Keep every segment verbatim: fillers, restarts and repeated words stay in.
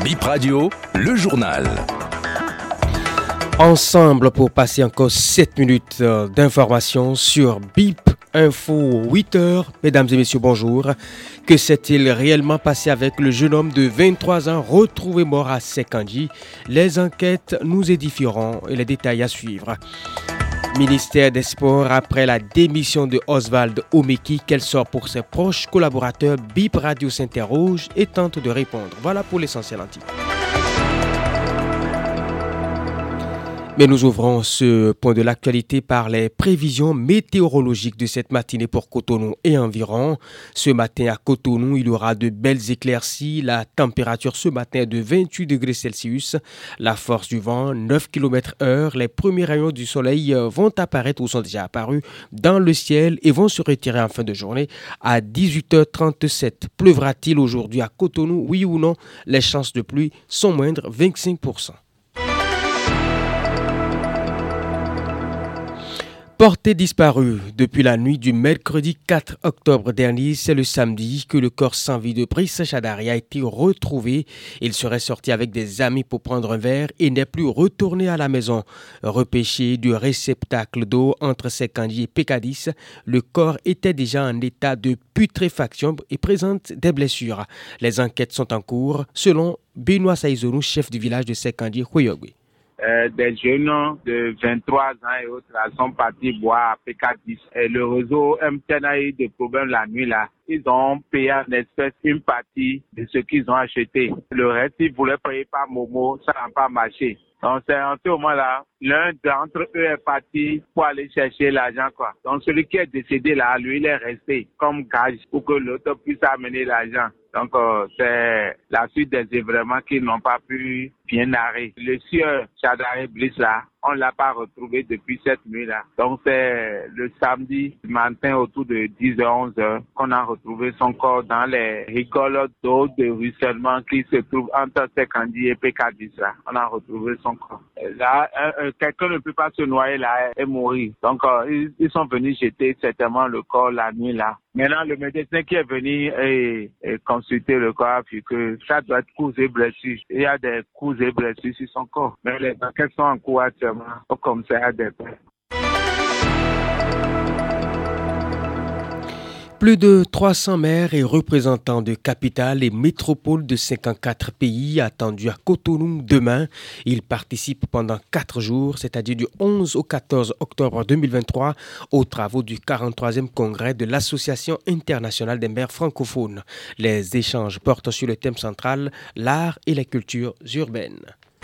Bip Radio, le journal. Ensemble pour passer encore sept minutes d'information sur Bip Info huit heures. Mesdames et messieurs, bonjour. Que s'est-il réellement passé avec le jeune homme de vingt-trois ans retrouvé mort à Sekandji? Les enquêtes nous édifieront et les détails à suivre. Ministère des Sports, après la démission de Oswald Omeki, qu'elle sort pour ses proches collaborateurs, Bip Radio s'interroge et tente de répondre. Voilà pour l'essentiel antique. Mais nous ouvrons ce point de l'actualité par les prévisions météorologiques de cette matinée pour Cotonou et environ. Ce matin à Cotonou, il y aura de belles éclaircies. La température ce matin est de vingt-huit degrés Celsius. La force du vent, neuf kilomètres heure. Les premiers rayons du soleil vont apparaître ou sont déjà apparus dans le ciel et vont se retirer en fin de journée à dix-huit heures trente-sept. Pleuvra-t-il aujourd'hui à Cotonou? Oui ou non? Les chances de pluie sont moindres, vingt-cinq pour cent. Porté disparu depuis la nuit du mercredi quatre octobre dernier, c'est le samedi que le corps sans vie de Brice Chadari a été retrouvé. Il serait sorti avec des amis pour prendre un verre et n'est plus retourné à la maison. Repêché du réceptacle d'eau entre Sekandji et Pekadis, le corps était déjà en état de putréfaction et présente des blessures. Les enquêtes sont en cours, selon Benoît Saïzonou, chef du village de Sekandji, Khoyogwe. Euh, des jeunes de vingt-trois ans et autres là, sont partis boire à P K dix. Et le réseau M T N a eu des problèmes la nuit là. Ils ont payé en espèces une partie de ce qu'ils ont acheté. Le reste, ils voulaient payer par Momo, ça n'a pas marché. Donc c'est en ce moment-là, l'un d'entre eux est parti pour aller chercher l'argent quoi. Donc celui qui est décédé là, lui il est resté comme gage pour que l'autre puisse amener l'argent. Donc euh, c'est la suite des événements qui n'ont pas pu bien narrer. Le sieur Chadari Brice là, on l'a pas retrouvé depuis cette nuit-là. Donc c'est le samedi matin autour de dix heures, onze heures qu'on a retrouvé son corps dans les rigoles d'eau de ruissellement qui se trouvent entre Sekandji et P K dix là. On a retrouvé son corps. Là, euh, quelqu'un ne peut pas se noyer là et mourir. Donc euh, ils, ils sont venus jeter certainement le corps la nuit là. Maintenant, le médecin qui est venu et, et consulter le corps a vu que ça doit être coups et blessures. Il y a des coups et blessures sur son corps. Mais les enquêtes sont en cours actuellement. Comme ça, à des points. Plus de trois cents maires et représentants de capitales et métropoles de cinquante-quatre pays attendus à Cotonou demain. Ils participent pendant quatre jours, c'est-à-dire du onze au quatorze octobre deux mille vingt-trois, aux travaux du quarante-troisième congrès de l'Association internationale des maires francophones. Les échanges portent sur le thème central, l'art et les cultures urbaines.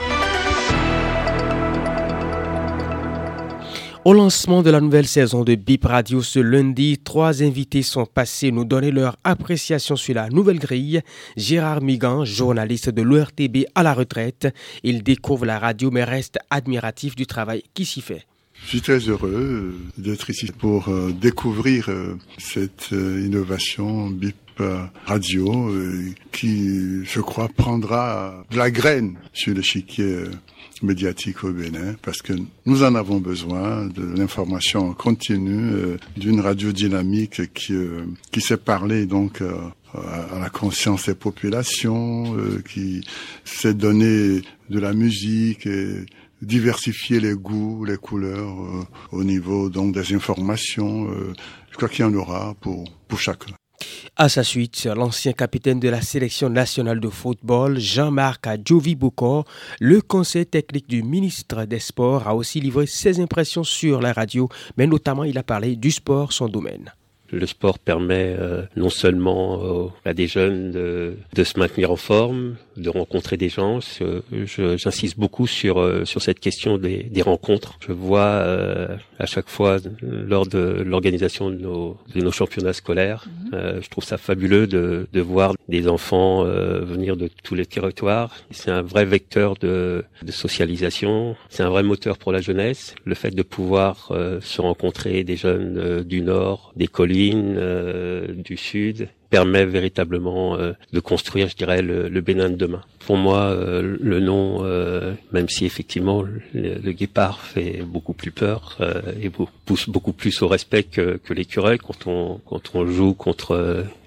Au lancement de la nouvelle saison de Bip Radio ce lundi, trois invités sont passés nous donner leur appréciation sur la nouvelle grille. Gérard Migan, journaliste de l'O R T B à la retraite, il découvre la radio mais reste admiratif du travail qui s'y fait. Je suis très heureux d'être ici pour euh, découvrir euh, cette euh, innovation Bip Radio euh, qui, je crois, prendra de la graine sur l'échiquier euh, médiatique au Bénin parce que nous en avons besoin de l'information continue euh, d'une radio dynamique qui euh, qui sait parler donc euh, à la conscience des populations, euh, qui sait donner de la musique et diversifier les goûts, les couleurs euh, au niveau donc des informations. Euh, je crois qu'il y en aura pour pour chacun. À sa suite, l'ancien capitaine de la sélection nationale de football, Jean-Marc Adjovi-Boucor, le conseil technique du ministre des Sports, a aussi livré ses impressions sur la radio, mais notamment il a parlé du sport, son domaine. Le sport permet euh, non seulement euh, à des jeunes de, de se maintenir en forme, de rencontrer des gens. Je, je, j'insiste beaucoup sur euh, sur cette question des, des rencontres. Je vois euh, à chaque fois lors de l'organisation de nos, de nos championnats scolaires, mmh. euh, je trouve ça fabuleux de, de voir des enfants euh, venir de tous les territoires. C'est un vrai vecteur de, de socialisation. C'est un vrai moteur pour la jeunesse. Le fait de pouvoir euh, se rencontrer des jeunes euh, du Nord, des collines, Euh, du Sud, permet véritablement euh, de construire, je dirais, le, le Bénin de demain. Pour moi, euh, le nom, euh, même si effectivement le, le guépard fait beaucoup plus peur euh, et pousse beaucoup plus au respect que, que l'écureuil quand on quand on joue contre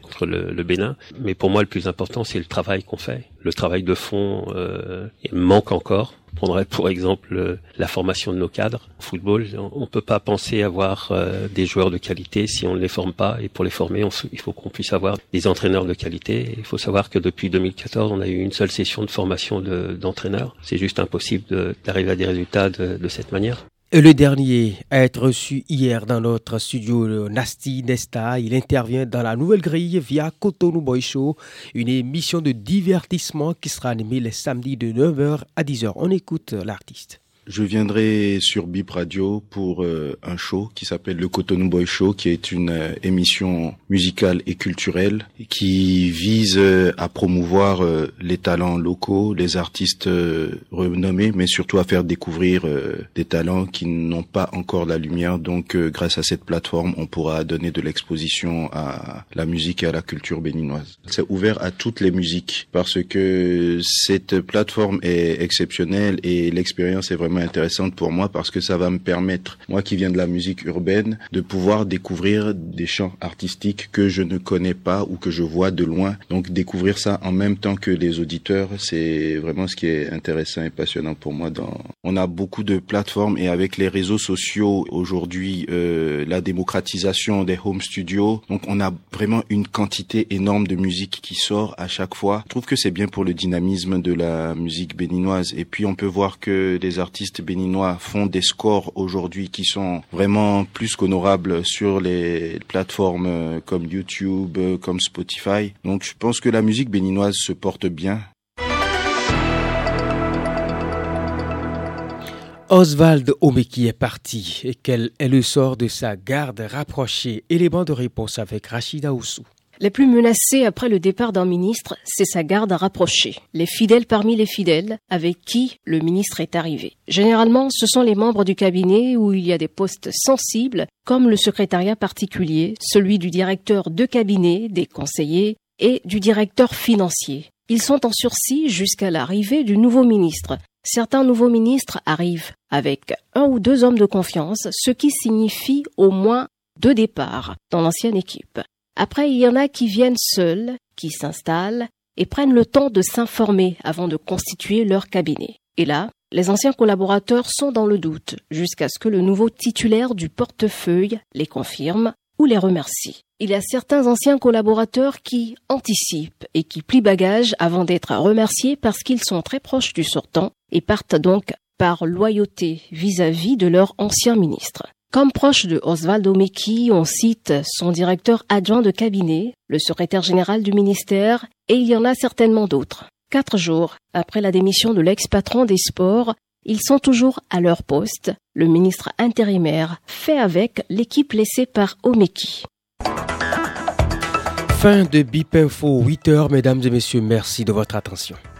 contre le, le Bénin. Mais pour moi, le plus important, c'est le travail qu'on fait. Le travail de fond euh, manque encore. On prendrait pour exemple euh, la formation de nos cadres. En football, on ne peut pas penser avoir euh, des joueurs de qualité si on ne les forme pas. Et pour les former, on, il faut qu'on puisse avoir des entraîneurs de qualité. Il faut savoir que depuis deux mille quatorze, on a eu une seule session de formation de, d'entraîneurs. C'est juste impossible de, d'arriver à des résultats de, de cette manière. Et le dernier à être reçu hier dans notre studio, Nasty Nesta, il intervient dans la nouvelle grille via Cotonou Boy Show, une émission de divertissement qui sera animée les samedis de neuf heures à dix heures. On écoute l'artiste. Je viendrai sur Bip Radio pour euh, un show qui s'appelle le Cotonou Boy Show, qui est une euh, émission musicale et culturelle qui vise euh, à promouvoir euh, les talents locaux, les artistes euh, renommés, mais surtout à faire découvrir euh, des talents qui n'ont pas encore la lumière. Donc euh, grâce à cette plateforme, on pourra donner de l'exposition à la musique et à la culture béninoise. C'est ouvert à toutes les musiques parce que cette plateforme est exceptionnelle et l'expérience est vraiment intéressante pour moi parce que ça va me permettre, moi qui viens de la musique urbaine, de pouvoir découvrir des chants artistiques que je ne connais pas ou que je vois de loin. Donc découvrir ça en même temps que les auditeurs, c'est vraiment ce qui est intéressant et passionnant pour moi. Dans... On a beaucoup de plateformes et avec les réseaux sociaux aujourd'hui, euh, la démocratisation des home studios, donc on a vraiment une quantité énorme de musique qui sort à chaque fois. Je trouve que c'est bien pour le dynamisme de la musique béninoise et puis on peut voir que les artistes béninois font des scores aujourd'hui qui sont vraiment plus qu'honorables sur les plateformes comme YouTube, comme Spotify. Donc je pense que la musique béninoise se porte bien. Oswald Omeki est parti et quel est le sort de sa garde rapprochée? Élément de réponse avec Rachida Oussou. Les plus menacés après le départ d'un ministre, c'est sa garde rapprochée. Les fidèles parmi les fidèles avec qui le ministre est arrivé. Généralement, ce sont les membres du cabinet où il y a des postes sensibles, comme le secrétariat particulier, celui du directeur de cabinet, des conseillers et du directeur financier. Ils sont en sursis jusqu'à l'arrivée du nouveau ministre. Certains nouveaux ministres arrivent avec un ou deux hommes de confiance, ce qui signifie au moins deux départs dans l'ancienne équipe. Après, il y en a qui viennent seuls, qui s'installent et prennent le temps de s'informer avant de constituer leur cabinet. Et là, les anciens collaborateurs sont dans le doute jusqu'à ce que le nouveau titulaire du portefeuille les confirme ou les remercie. Il y a certains anciens collaborateurs qui anticipent et qui plient bagage avant d'être remerciés parce qu'ils sont très proches du sortant et partent donc par loyauté vis-à-vis de leur ancien ministre. Comme proche de Oswald Omeki, on cite son directeur adjoint de cabinet, le secrétaire général du ministère, et il y en a certainement d'autres. Quatre jours après la démission de l'ex-patron des sports, ils sont toujours à leur poste. Le ministre intérimaire fait avec l'équipe laissée par Omeki. Fin de Bip Info, huit heures, mesdames et messieurs, merci de votre attention.